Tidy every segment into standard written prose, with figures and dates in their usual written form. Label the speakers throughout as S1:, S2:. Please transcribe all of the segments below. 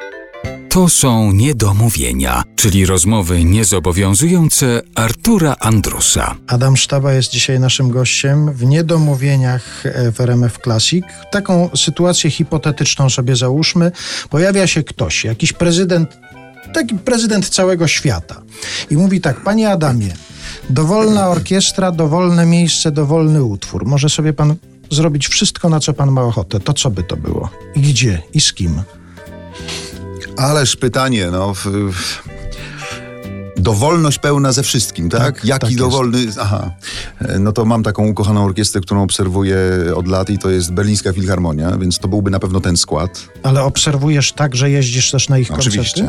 S1: To są niedomówienia, czyli rozmowy niezobowiązujące Artura Andrusa.
S2: Adam Sztaba jest dzisiaj naszym gościem w Niedomówieniach w RMF Classic. Taką sytuację hipotetyczną sobie załóżmy. Pojawia się ktoś, jakiś prezydent, taki prezydent całego świata i mówi tak: panie Adamie, dowolna orkiestra, dowolne miejsce, dowolny utwór. Może sobie pan zrobić wszystko, na co pan ma ochotę. To co by to było? I gdzie? I z kim?
S3: Ależ pytanie, dowolność pełna ze wszystkim, tak? Jaki
S2: tak
S3: dowolny... Aha. No to mam taką ukochaną orkiestrę, którą obserwuję od lat i to jest Berlińska Filharmonia, więc to byłby na pewno ten skład.
S2: Ale obserwujesz tak, że jeździsz też na ich koncerty?
S3: Oczywiście.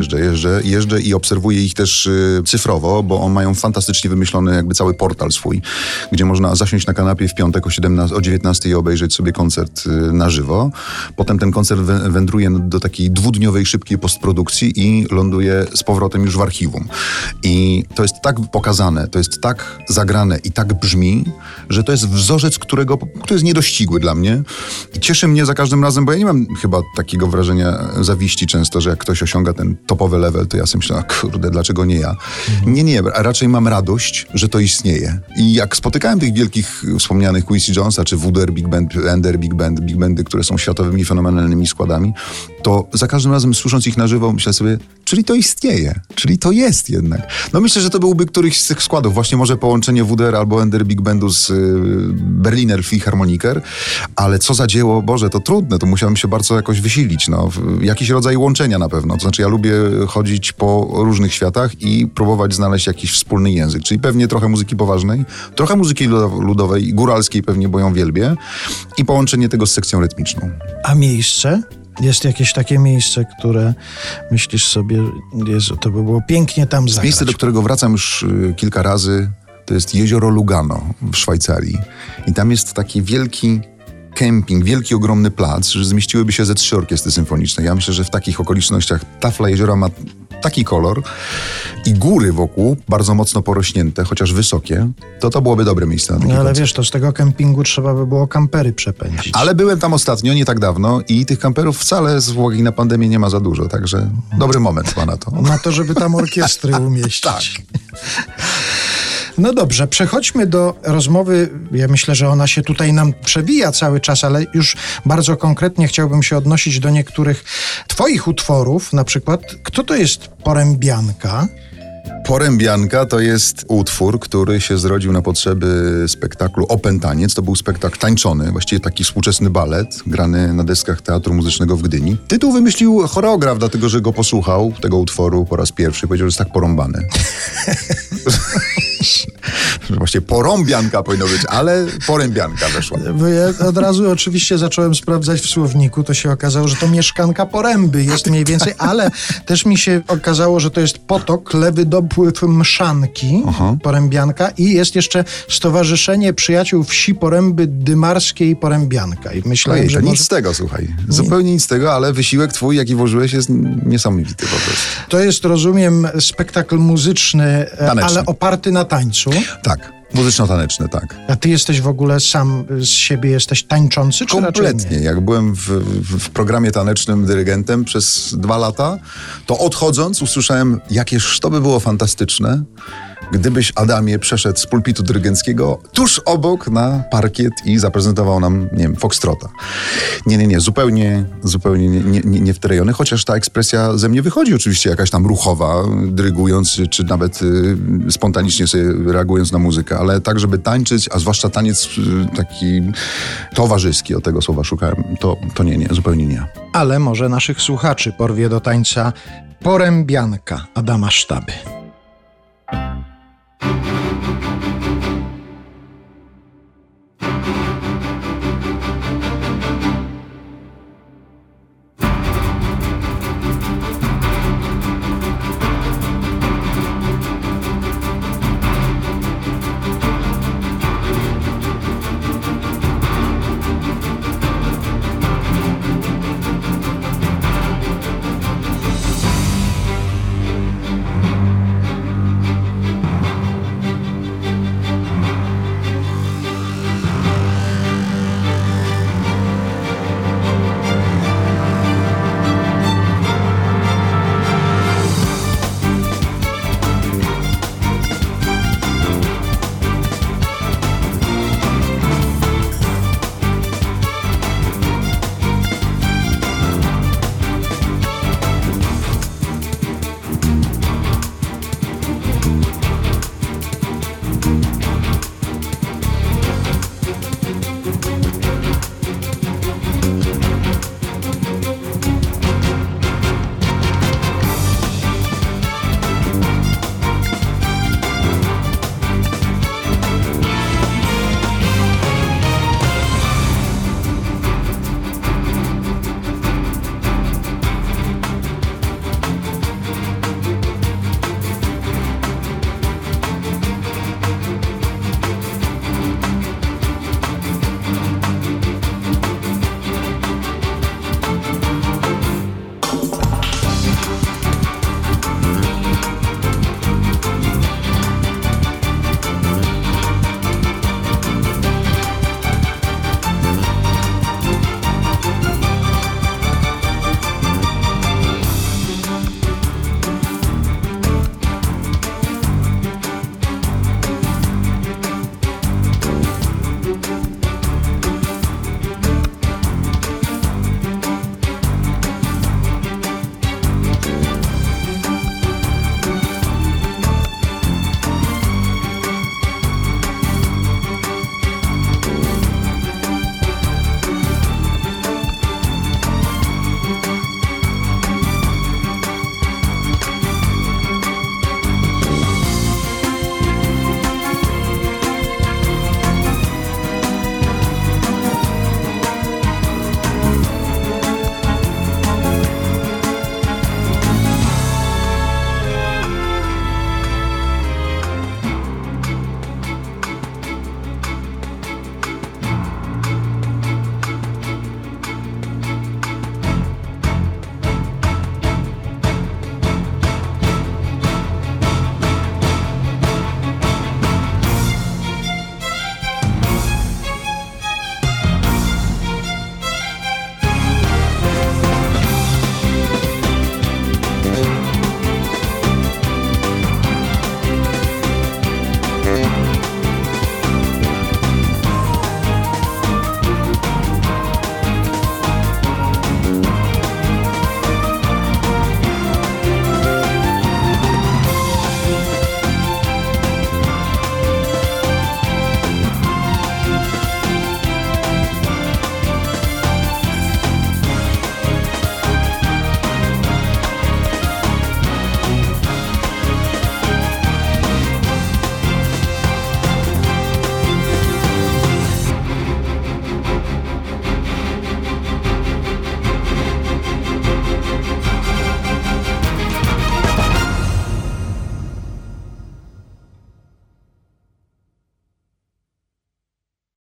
S3: Jeżdżę i obserwuję ich też cyfrowo, bo oni mają fantastycznie wymyślony jakby cały portal swój, gdzie można zasiąść na kanapie w piątek o 19 i obejrzeć sobie koncert na żywo. Potem ten koncert wędruje do takiej 2-dniowej szybkiej postprodukcji i ląduje z powrotem już w archiwum. I to jest tak pokazane, to jest tak zagrane i tak brzmi, że to jest wzorzec, który jest niedościgły dla mnie. I cieszy mnie za każdym razem, bo ja nie mam chyba takiego wrażenia zawiści często, że jak ktoś osiąga ten topowy level, to ja sobie myślę, kurde, dlaczego nie ja? Nie, a raczej mam radość, że to istnieje. I jak spotykałem tych wielkich wspomnianych Quincy Jonesa, czy Wooder Big Band, Ender Big Band, Big Bandy, które są światowymi, fenomenalnymi składami, to za każdym razem słysząc ich na żywo myślę sobie, czyli to istnieje, czyli to jest jednak. No myślę, że to byłby któryś z tych składów, właśnie może połączenie Wooder albo Ender Big Bandu z Berliner Philharmoniker, ale co za dzieło, Boże, to trudne, to musiałem się bardzo jakoś wysilić, jakiś rodzaj łączenia na pewno, to znaczy ja lubię chodzić po różnych światach i próbować znaleźć jakiś wspólny język, czyli pewnie trochę muzyki poważnej, trochę muzyki ludowej, góralskiej pewnie, bo ją wielbię i połączenie tego z sekcją rytmiczną.
S2: A miejsce? Jest jakieś takie miejsce, które myślisz sobie, Jezu, to by było pięknie tam zagrać.
S3: Miejsce, do którego wracam już kilka razy, to jest jezioro Lugano w Szwajcarii. I tam jest taki wielki kemping, wielki, ogromny plac, że zmieściłyby się ze 3 orkiestry symfoniczne. Ja myślę, że w takich okolicznościach tafla jeziora ma taki kolor i góry wokół, bardzo mocno porośnięte, chociaż wysokie, to byłoby dobre miejsce na taki
S2: ale
S3: koncert.
S2: wiesz, to z tego kempingu trzeba by było kampery przepędzić.
S3: Ale byłem tam ostatnio, nie tak dawno i tych kamperów wcale z uwagi na pandemię nie ma za dużo, także dobry moment ma na to.
S2: Na to, żeby tam orkiestry umieścić.
S3: Tak.
S2: No dobrze, przechodźmy do rozmowy. Ja myślę, że ona się tutaj nam przewija cały czas, ale już bardzo konkretnie chciałbym się odnosić do niektórych twoich utworów. Na przykład, kto to jest Porębianka?
S3: Porębianka to jest utwór, który się zrodził na potrzeby spektaklu Opętaniec. To był spektakl tańczony, właściwie taki współczesny balet, grany na deskach Teatru Muzycznego w Gdyni. Tytuł wymyślił choreograf, dlatego że go posłuchał, tego utworu, po raz pierwszy. Powiedział, że jest tak porąbany. Właściwie porąbianka powinno być, ale porębianka weszła.
S2: Bo ja od razu oczywiście zacząłem sprawdzać w słowniku, to się okazało, że to mieszkanka poręby jest mniej więcej, ale też mi się okazało, że to jest potok, lewy dopływ Mszanki, Porębianka, i jest jeszcze Stowarzyszenie Przyjaciół Wsi Poręby Dymarskiej Porębianka. I myślałem, że
S3: nic z tego, słuchaj. Zupełnie nic z tego, ale wysiłek twój, jaki włożyłeś, jest niesamowity po prostu.
S2: To jest, rozumiem, spektakl muzyczny,
S3: taneczny,
S2: ale oparty na tańcu.
S3: Tak. Muzyczno-taneczne, tak.
S2: A ty jesteś w ogóle sam z siebie, jesteś tańczący, czy
S3: kompletnie.
S2: Raczej nie?
S3: Jak byłem w programie tanecznym dyrygentem przez 2 lata, to odchodząc usłyszałem, jakież to by było fantastyczne, gdybyś, Adamie, przeszedł z pulpitu dyrygenckiego tuż obok na parkiet i zaprezentował nam, nie wiem, foxtrota. Nie, zupełnie nie w te rejony, chociaż ta ekspresja ze mnie wychodzi oczywiście jakaś tam ruchowa, dyrygując, czy nawet spontanicznie sobie reagując na muzykę, ale tak, żeby tańczyć, a zwłaszcza taniec taki towarzyski, o tego słowa szukałem, to nie, zupełnie nie.
S2: Ale może naszych słuchaczy porwie do tańca Porębianka Adama Sztaby.